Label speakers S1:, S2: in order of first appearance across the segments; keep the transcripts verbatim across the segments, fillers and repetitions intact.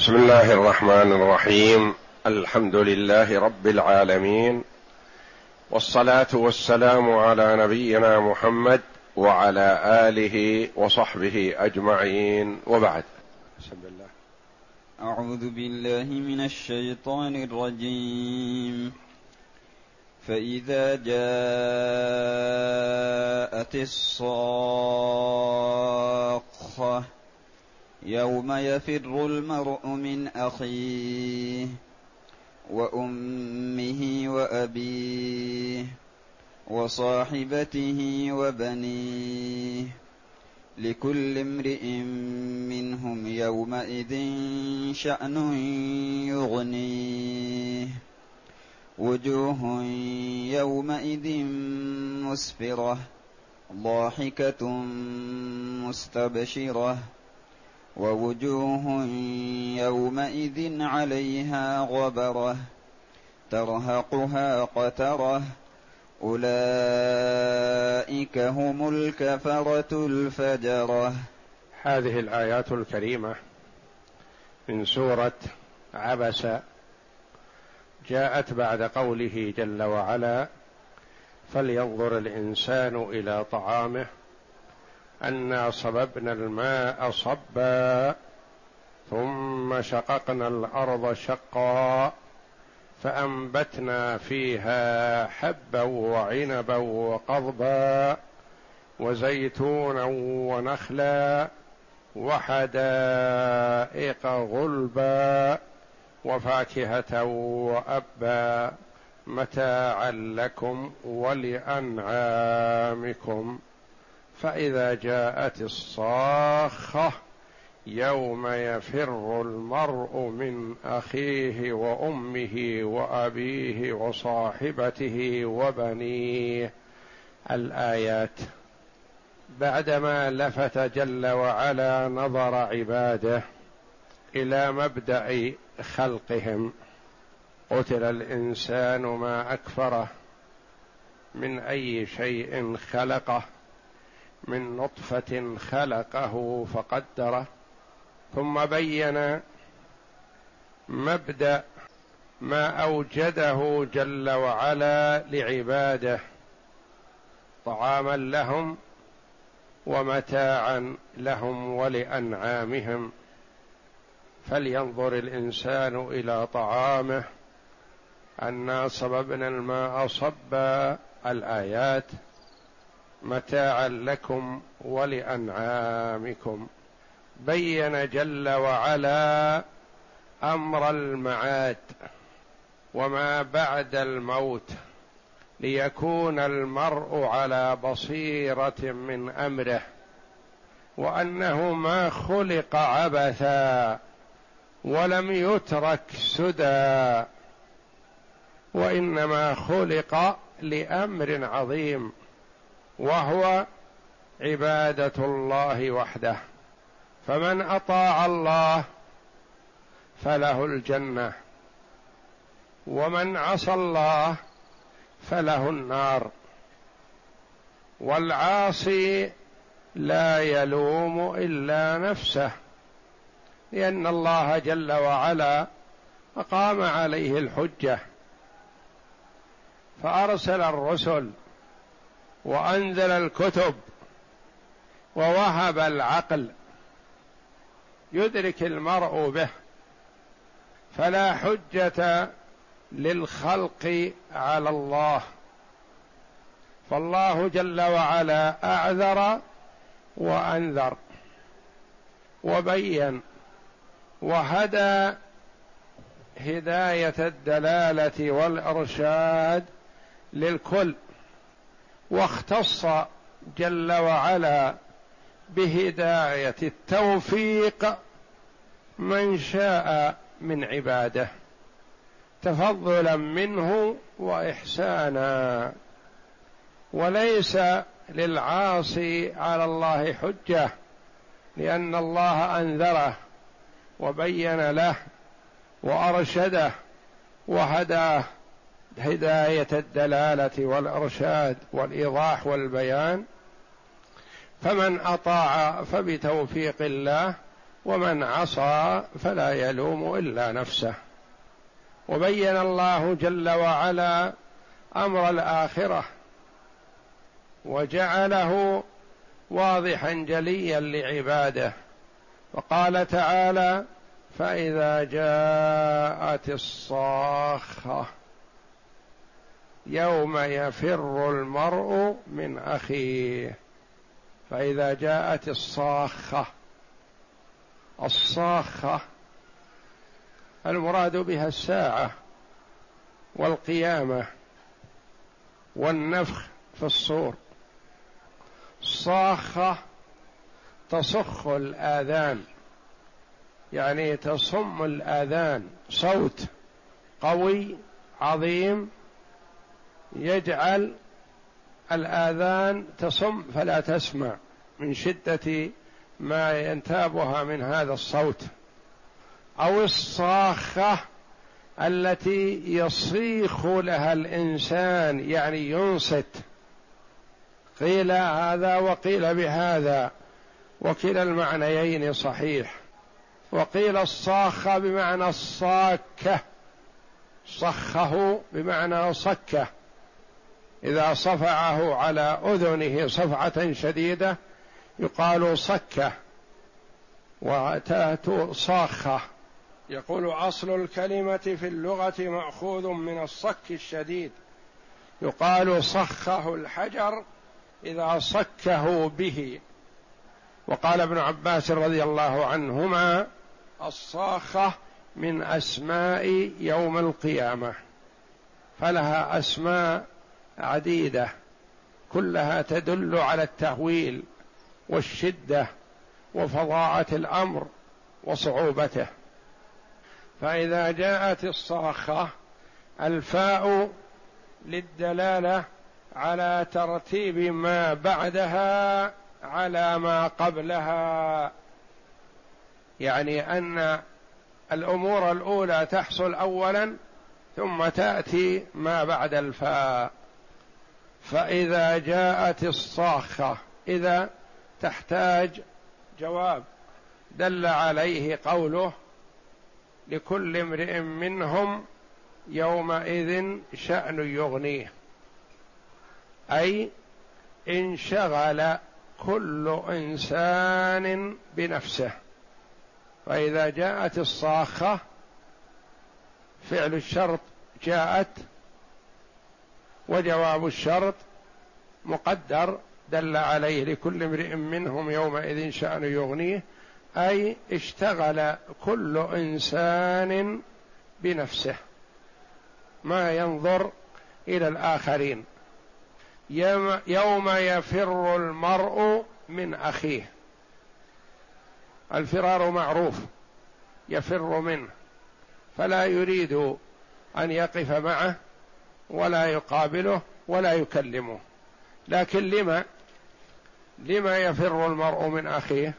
S1: بسم الله الرحمن الرحيم. الحمد لله رب العالمين، والصلاة والسلام على نبينا محمد وعلى آله وصحبه أجمعين، وبعد. بسم الله.
S2: أعوذ بالله من الشيطان الرجيم. فإذا جاءت الصاخة يوم يفر المرء من أخيه وأمه وأبيه وصاحبته وبنيه لكل امرئ منهم يومئذ شأن يغنيه وجوه يومئذ مسفرة ضاحكة مستبشرة ووجوه يومئذ عليها غبرة ترهقها قترة أولئك هم الكفرة الفجرة.
S1: هذه الآيات الكريمة من سورة عبس جاءت بعد قوله جل وعلا: فلينظر الإنسان إلى طعامه أنا صببنا الماء صبا ثم شققنا الأرض شقا فأنبتنا فيها حبا وعنبا وقضبا وزيتونا ونخلا وحدائق غلبا وفاكهة وأبا متاعا لكم ولأنعامكم. فإذا جاءت الصاخة يوم يفر المرء من أخيه وأمه وأبيه وصاحبته وبنيه. الآيات بعدما لفت جل وعلا نظر عباده إلى مبدأ خلقهم: قتل الإنسان ما أكفره، من أي شيء خلقه، من نطفة خلقه فقدره، ثم بين مبدأ ما أوجده جل وعلا لعباده طعاما لهم ومتاعا لهم ولأنعامهم. فلينظر الإنسان إلى طعامه أنا صببنا الماء صبا. الآيات متاعا لكم ولأنعامكم. بين جل وعلا أمر المعاد وما بعد الموت ليكون المرء على بصيرة من أمره، وأنه ما خلق عبثا ولم يترك سدى، وإنما خلق لأمر عظيم وهو عبادة الله وحده. فمن أطاع الله فله الجنة، ومن عصى الله فله النار. والعاصي لا يلوم إلا نفسه، لأن الله جل وعلا أقام عليه الحجة فأرسل الرسل وأنزل الكتب ووهب العقل يدرك المرء به، فلا حجة للخلق على الله. فالله جل وعلا أعذر وأنذر وبين وهدى هداية الدلالة والإرشاد للكل، واختص جل وعلا بهداية التوفيق من شاء من عباده تفضلا منه وإحسانا. وليس للعاصي على الله حجة، لأن الله أنذره وبين له وأرشده وهداه هداية الدلالة والإرشاد والإيضاح والبيان. فمن أطاع فبتوفيق الله، ومن عصى فلا يلوم إلا نفسه. وبين الله جل وعلا أمر الآخرة وجعله واضحا جليا لعباده، وقال تعالى: فإذا جاءت الصاخة يوم يفر المرء من أخيه. فإذا جاءت الصاخة، الصاخة المراد بها الساعة والقيامة والنفخ في الصور. الصاخة تصخ الآذان، يعني تصم الآذان، صوت قوي عظيم يجعل الآذان تصم فلا تسمع من شدة ما ينتابها من هذا الصوت. أو الصاخة التي يصيخ لها الإنسان، يعني ينصت، قيل هذا وقيل بهذا، وكلا المعنيين صحيح. وقيل الصاخة بمعنى الصاكة، صخه بمعنى صكه، إذا صفعه على أذنه صفعة شديدة يقال صكه، وتأتي صاخة. يقول: أصل الكلمة في اللغة مأخوذ من الصك الشديد، يقال صخه الحجر إذا صكه به. وقال ابن عباس رضي الله عنهما: الصاخة من أسماء يوم القيامة، فلها أسماء عديدة كلها تدل على التهويل والشدة وفظاعة الأمر وصعوبته. فإذا جاءت الصاخة، الفاء للدلالة على ترتيب ما بعدها على ما قبلها، يعني أن الأمور الأولى تحصل أولا ثم تأتي ما بعد الفاء. فإذا جاءت الصاخة، إذا تحتاج جواب، دل عليه قوله: لكل امرئ منهم يومئذ شأن يغنيه، أي انشغل كل إنسان بنفسه. فإذا جاءت الصاخة فعل الشرط جاءت، وجواب الشرط مقدر دل عليه لكل امرئ منهم يومئذ شأن يغنيه، أي اشتغل كل إنسان بنفسه ما ينظر إلى الآخرين. يوم يفر المرء من أخيه، الفرار معروف، يفر منه، فلا يريد أن يقف معه ولا يقابله ولا يكلمه. لكن لما لما يفر المرء من أخيه؟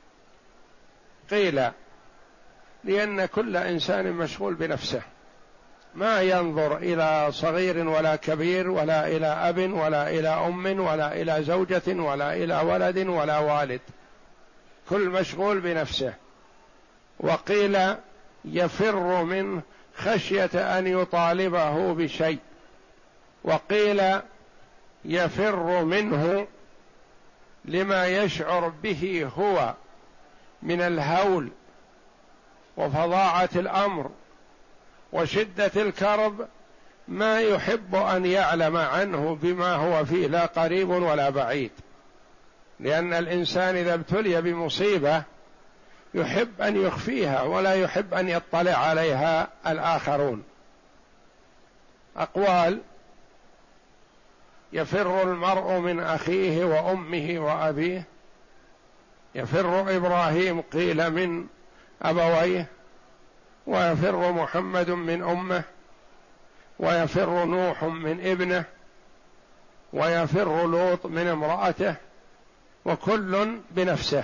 S1: قيل: لأن كل إنسان مشغول بنفسه، ما ينظر إلى صغير ولا كبير، ولا إلى أب ولا إلى أم ولا إلى زوجة ولا إلى ولد ولا والد، كل مشغول بنفسه. وقيل: يفر منه خشية أن يطالبه بشيء، وقيل: يفر منه لما يشعر به هو من الهول وفظاعة الأمر وشدة الكرب، ما يحب أن يعلم عنه بما هو فيه، لا قريب ولا بعيد. لأن الإنسان إذا ابتلي بمصيبة يحب أن يخفيها ولا يحب أن يطلع عليها الآخرون. أقوال: يفر المرء من أخيه وأمه وأبيه، يفر إبراهيم قيل من أبويه، ويفر محمد من أمه، ويفر نوح من ابنه، ويفر لوط من امرأته، وكل بنفسه.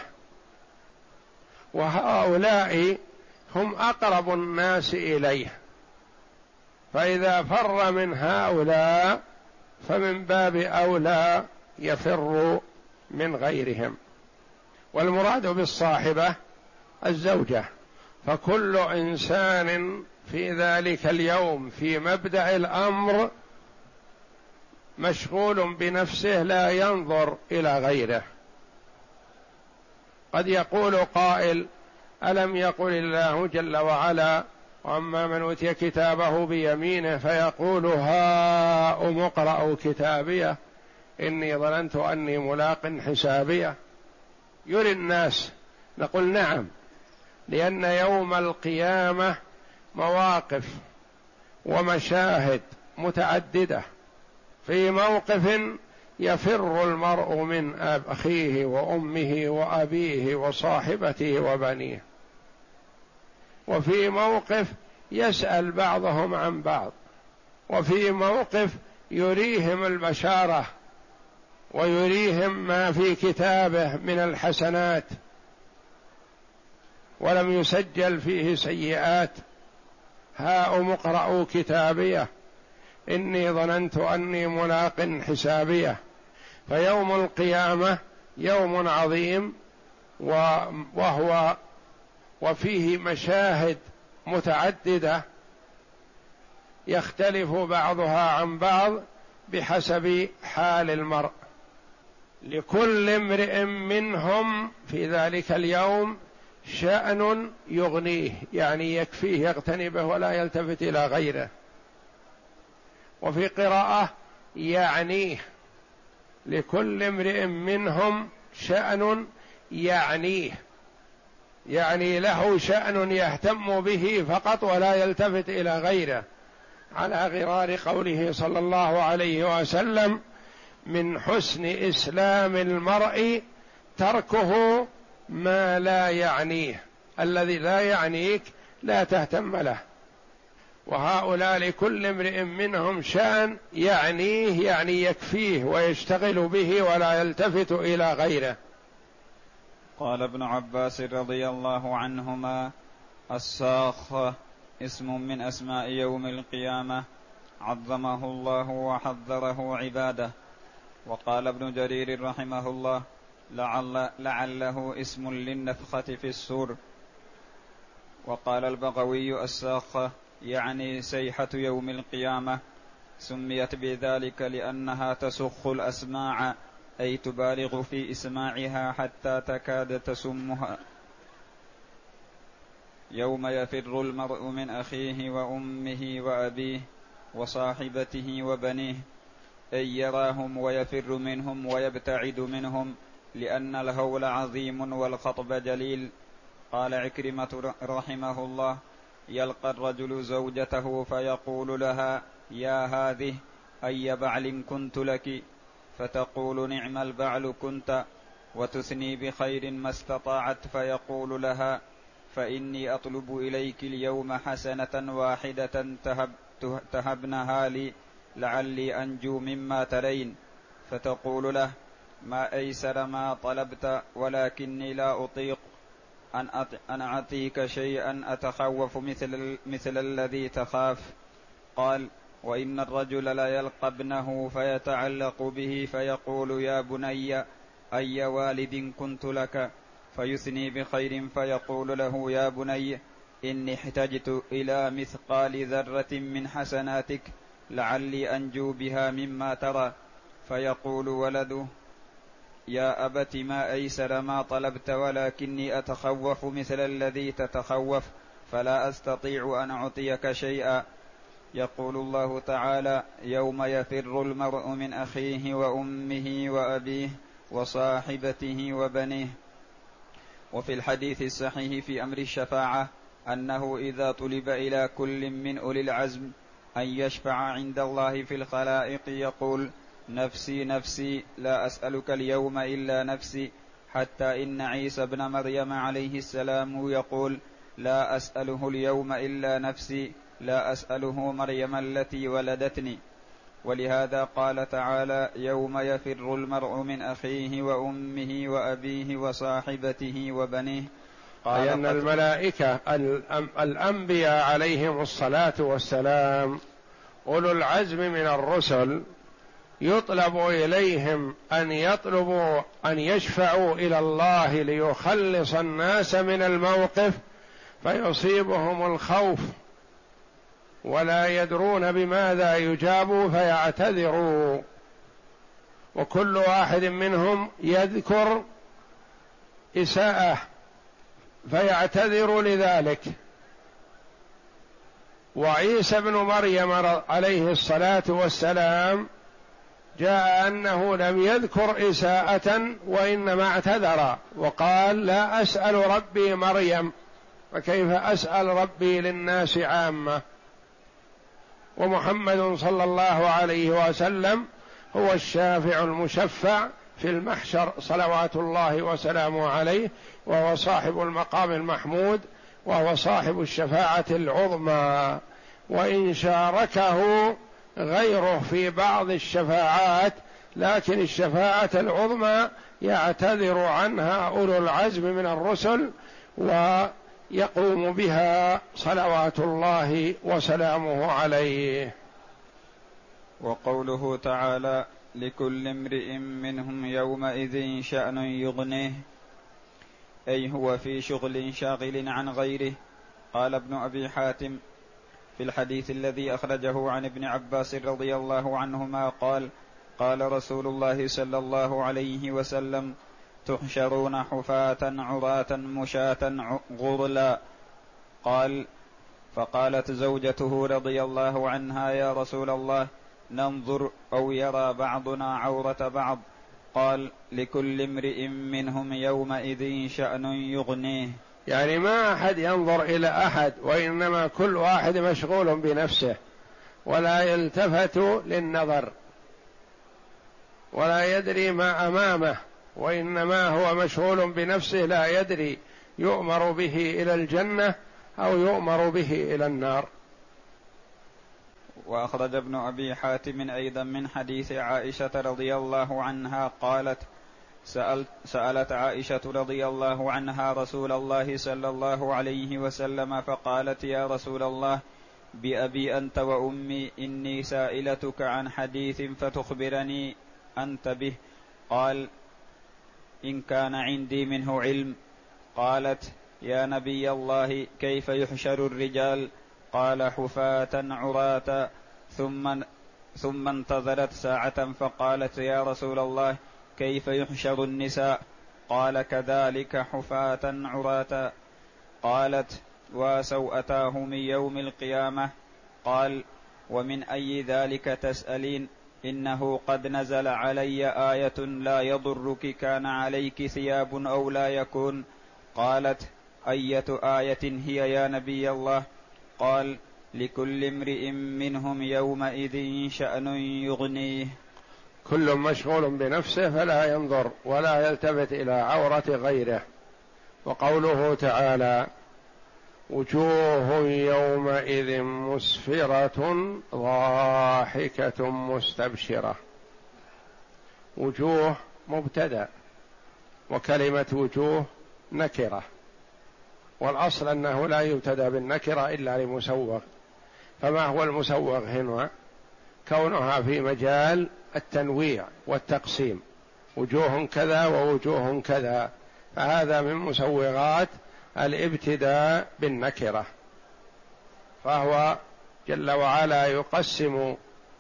S1: وهؤلاء هم أقرب الناس إليه، فإذا فر من هؤلاء فمن باب أولى يفر من غيرهم. والمراد بالصاحبة الزوجة، فكل إنسان في ذلك اليوم في مبدأ الأمر مشغول بنفسه لا ينظر إلى غيره. قد يقول قائل: ألم يقل الله جل وعلا: وأما من أوتي كتابه بيمينه فيقول هاؤم اقرءوا كتابيه إني ظننت أني ملاق حسابيه. يري الناس. نقول نعم، لأن يوم القيامة مواقف ومشاهد متعددة. في موقف يفر المرء من أخيه وأمه وأبيه وصاحبته وبنيه، وفي موقف يسأل بعضهم عن بعض، وفي موقف يريهم البشارة ويريهم ما في كتابه من الحسنات ولم يسجل فيه سيئات. هاؤم اقرءوا كتابيه إني ظننت أني ملاق حسابيه. فيوم القيامة يوم عظيم، وهو وفيه مشاهد متعددة يختلف بعضها عن بعض بحسب حال المرء. لكل امرئ منهم في ذلك اليوم شأن يغنيه، يعني يكفيه يغتني به ولا يلتفت إلى غيره. وفي قراءة يعنيه، لكل امرئ منهم شأن يعنيه، يعني له شأن يهتم به فقط ولا يلتفت إلى غيره، على غرار قوله صلى الله عليه وسلم: من حسن إسلام المرء تركه ما لا يعنيه. الذي لا يعنيك لا تهتم له. وهؤلاء لكل امرئ منهم شأن يعنيه، يعني يكفيه ويشتغل به ولا يلتفت إلى غيره.
S2: قال ابن عباس رضي الله عنهما: الصاخة اسم من أسماء يوم القيامة عظمه الله وحذره عباده. وقال ابن جرير رحمه الله: لعل لعله اسم للنفخة في السور. وقال البغوي: الصاخة يعني سيحة يوم القيامة، سميت بذلك لأنها تسخ الأسماع، أي تبالغ في إسماعها حتى تكاد تسمها. يوم يفر المرء من أخيه وأمه وأبيه وصاحبته وبنيه، أي يراهم ويفر منهم ويبتعد منهم، لأن الهول عظيم والخطب جليل. قال عكرمة رحمه الله: يلقى الرجل زوجته فيقول لها: يا هذه أي بعل كنت لك؟ فتقول: نعم البعل كنت، وتثني بخير ما استطاعت، فيقول لها: فإني أطلب إليك اليوم حسنة واحدة تهب تهبنها لي لعلي أنجو مما ترين. فتقول له: ما أيسر ما طلبت، ولكني لا أطيق أن أعطيك شيئا أتخوف مثل, مثل الذي تخاف. قال: وإن الرجل لا يلقى ابنه فيتعلق به فيقول: يا بني أي والد كنت لك؟ فيثني بخير فيقول له: يا بني إني احتجت إلى مثقال ذرة من حسناتك لعلي أنجو بها مما ترى. فيقول ولده: يا أبت ما أيسر ما طلبت، ولكني أتخوف مثل الذي تتخوف فلا أستطيع أن أعطيك شيئا. يقول الله تعالى: يوم يفر المرء من أخيه وأمه وأبيه وصاحبته وبنيه. وفي الحديث الصحيح في أمر الشفاعة أنه إذا طلب إلى كل من أولي العزم أن يشفع عند الله في الخلائق يقول: نفسي نفسي لا أسألك اليوم إلا نفسي، حتى إن عيسى بن مريم عليه السلام يقول: لا أسأله اليوم إلا نفسي، لا أسأله مريم التي ولدتني. ولهذا قال تعالى: يوم يفر المرء من أخيه وأمه وأبيه وصاحبته وبنيه.
S1: قال أن الملائكة الأنبياء عليهم الصلاة والسلام أولو العزم من الرسل يطلب إليهم أن يطلبوا أن يشفعوا إلى الله ليخلص الناس من الموقف، فيصيبهم الخوف ولا يدرون بماذا يجابوا فيعتذروا، وكل واحد منهم يذكر إساءة فيعتذر لذلك. وعيسى بن مريم عليه الصلاة والسلام جاء أنه لم يذكر إساءة وإنما اعتذر وقال: لا أسأل ربي مريم، فكيف أسأل ربي للناس عامة؟ ومحمد صلى الله عليه وسلم هو الشافع المشفع في المحشر صلوات الله وسلامه عليه، وهو صاحب المقام المحمود، وهو صاحب الشفاعة العظمى. وإن شاركه غيره في بعض الشفاعات، لكن الشفاعة العظمى يعتذر عنها أولو العزم من الرسل ويقوم بها صلوات الله وسلامه عليه.
S2: وقوله تعالى: لكل امرئ منهم يومئذ شأن يغنيه، أي هو في شغل شاغل عن غيره. قال ابن أبي حاتم في الحديث الذي أخرجه عن ابن عباس رضي الله عنهما قال: قال رسول الله صلى الله عليه وسلم: تحشرون حفاة عراة مشاة غرلا. قال: فقالت زوجته رضي الله عنها: يا رسول الله، ننظر أو يرى بعضنا عورة بعض. قال: لكل امرئ منهم يومئذ شأن يغنيه.
S1: يعني ما أحد ينظر إلى أحد، وإنما كل واحد مشغول بنفسه ولا يلتفت للنظر ولا يدري ما أمامه، وإنما هو مشغول بنفسه لا يدري يؤمر به إلى الجنة أو يؤمر به إلى النار.
S2: وأخرج ابن أبي حاتم أيضا من حديث عائشة رضي الله عنها قالت: سألت سألت عائشة رضي الله عنها رسول الله صلى الله عليه وسلم فقالت: يا رسول الله، بأبي أنت وأمي، إني سائلتك عن حديث فتخبرني أنت به. قال: إن كان عندي منه علم. قالت: يا نبي الله، كيف يحشر الرجال؟ قال: حفاة عراة. ثم ثم انتظرت ساعة فقالت: يا رسول الله، كيف يحشر النساء؟ قال: كذلك حفاة عراة. قالت: وسوءتاهم يوم القيامة. قال: ومن أي ذلك تسألين؟ إنه قد نزل علي آية لا يضرك كان عليك ثياب أو لا يكون. قالت: أية آية هي يا نبي الله؟ قال: لكل امرئ منهم يومئذ شأن يغنيه.
S1: كل مشغول بنفسه فلا ينظر ولا يلتفت إلى عورة غيره. وقوله تعالى: وجوه يومئذ مسفرة ضاحكة مستبشرة. وجوه مبتدأ، وكلمة وجوه نكرة، والأصل أنه لا يبتدأ بالنكرة إلا لمسوغ. فما هو المسوغ هنا؟ كونها في مجال التنويع والتقسيم، وجوه كذا ووجوه كذا، فهذا من مسوغات الابتداء بالنكرة. فهو جل وعلا يقسم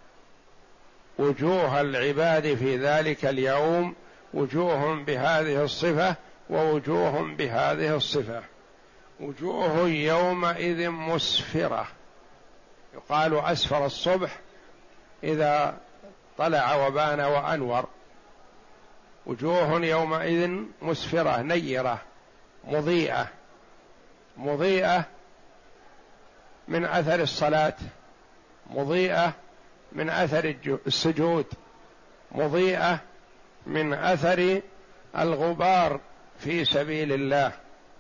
S1: وجوه العباد في ذلك اليوم وجوه بهذه الصفة ووجوه بهذه الصفة. وجوه يومئذ مسفرة، يقال أسفر الصبح إذا طلع وبان وأنور. وجوه يومئذ مسفرة نيرة مضيئة، مضيئة من أثر الصلاة، مضيئة من أثر السجود، مضيئة من أثر الغبار في سبيل الله،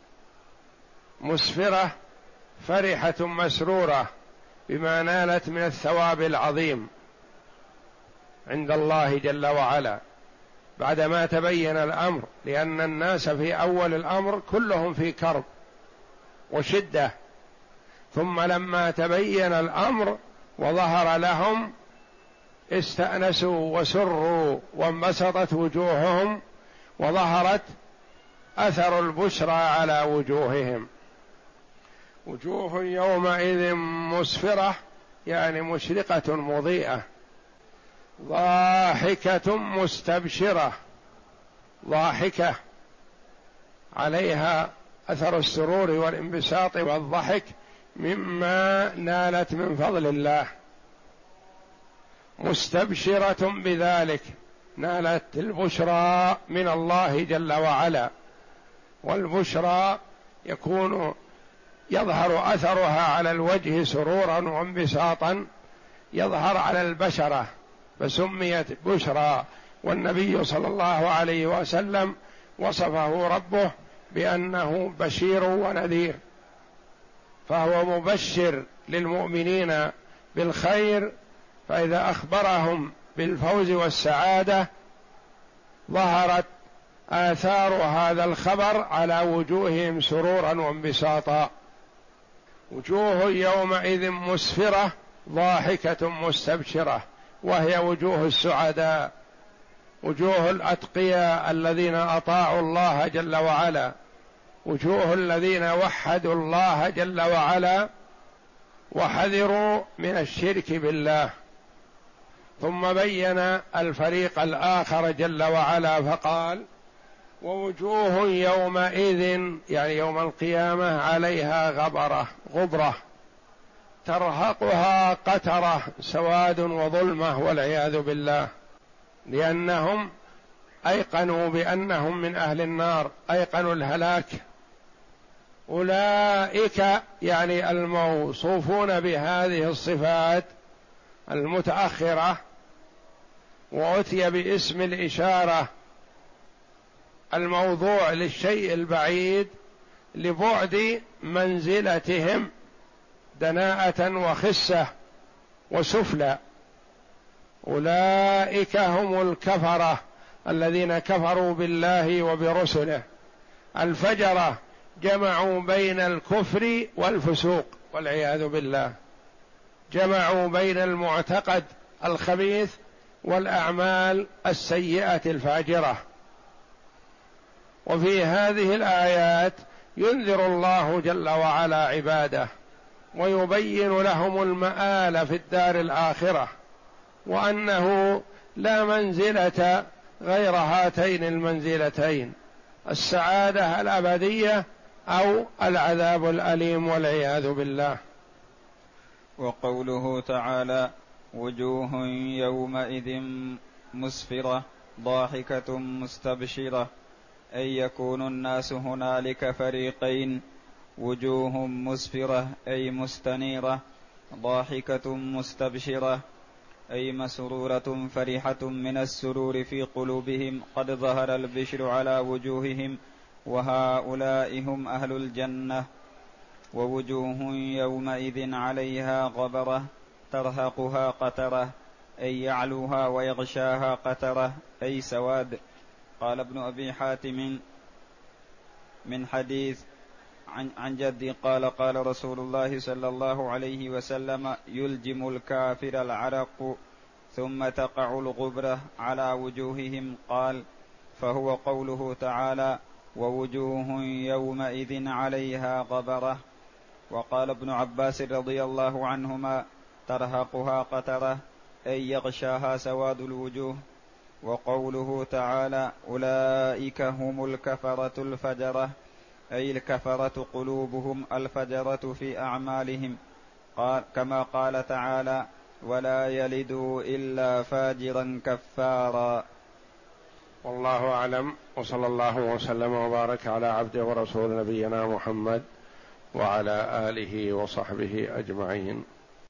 S1: مسفرة فرحة مسرورة بما نالت من الثواب العظيم عند الله جل وعلا بعدما تبين الأمر، لأن الناس في أول الأمر كلهم في كرب وشدة، ثم لما تبين الأمر وظهر لهم استأنسوا وسروا وانبسطت وجوههم وظهرت أثر البشرى على وجوههم. وجوه يومئذ مسفرة يعني مشرقة مضيئة، ضاحكة مستبشرة، ضاحكة عليها أثر السرور والانبساط والضحك مما نالت من فضل الله، مستبشرة بذلك نالت البشرى من الله جل وعلا. والبشرى يكون يظهر أثرها على الوجه سرورا وانبساطا، يظهر على البشرة فسميت بشرى. والنبي صلى الله عليه وسلم وصفه ربه بأنه بشير ونذير، فهو مبشر للمؤمنين بالخير، فإذا أخبرهم بالفوز والسعادة ظهرت آثار هذا الخبر على وجوههم سرورا وانبساطا. وجوه يومئذ مسفرة ضاحكة مستبشرة، وهي وجوه السعداء، وجوه الأتقياء الذين أطاعوا الله جل وعلا، وجوه الذين وحدوا الله جل وعلا وحذروا من الشرك بالله. ثم بين الفريق الآخر جل وعلا فقال: ووجوه يومئذ يعني يوم القيامة عليها غبرة غبرة ترهقها قترة سواد وظلمة والعياذ بالله، لأنهم أيقنوا بأنهم من أهل النار، أيقنوا الهلاك. أولئك يعني الموصوفون بهذه الصفات المتأخرة، وأتي باسم الإشارة الموضوع للشيء البعيد لبعد منزلتهم دناءة وخسة وسفلى. أولئك هم الكفرة الذين كفروا بالله وبرسله. الفجرة جمعوا بين الكفر والفسوق والعياذ بالله، جمعوا بين المعتقد الخبيث والأعمال السيئة الفاجرة. وفي هذه الآيات ينذر الله جل وعلا عباده ويبين لهم المآل في الدار الآخرة، وأنه لا منزلة غير هاتين المنزلتين، السعادة الأبدية أو العذاب الأليم والعياذ بالله.
S2: وقوله تعالى: وجوه يومئذ مسفرة ضاحكة مستبشرة، أي يكون الناس هنالك فريقين: وجوه مسفرة أي مستنيرة، ضاحكة مستبشرة أي مسرورة فرحة من السرور في قلوبهم، قد ظهر البشر على وجوههم، وهؤلاء هم أهل الجنة. ووجوه يومئذ عليها غبرة ترهقها قترة، أي يعلوها ويغشاها قترة أي سواد. قال ابن أبي حاتم من حديث عن, عن جدي قال: قال رسول الله صلى الله عليه وسلم: يلجم الكافر العرق ثم تقع الغبرة على وجوههم. قال: فهو قوله تعالى: ووجوه يومئذ عليها غبرة. وقال ابن عباس رضي الله عنهما: ترهقها قترة أي يغشاها سواد الوجوه. وقوله تعالى: أولئك هم الكفرة الفجرة أي الكفرة قلوبهم الفجرة في أعمالهم، قال كما قال تعالى: ولا يلدوا إلا فاجرا كفارا.
S1: والله أعلم، وصلى الله وسلم وبارك على عبده ورسول نبينا محمد وعلى آله وصحبه أجمعين.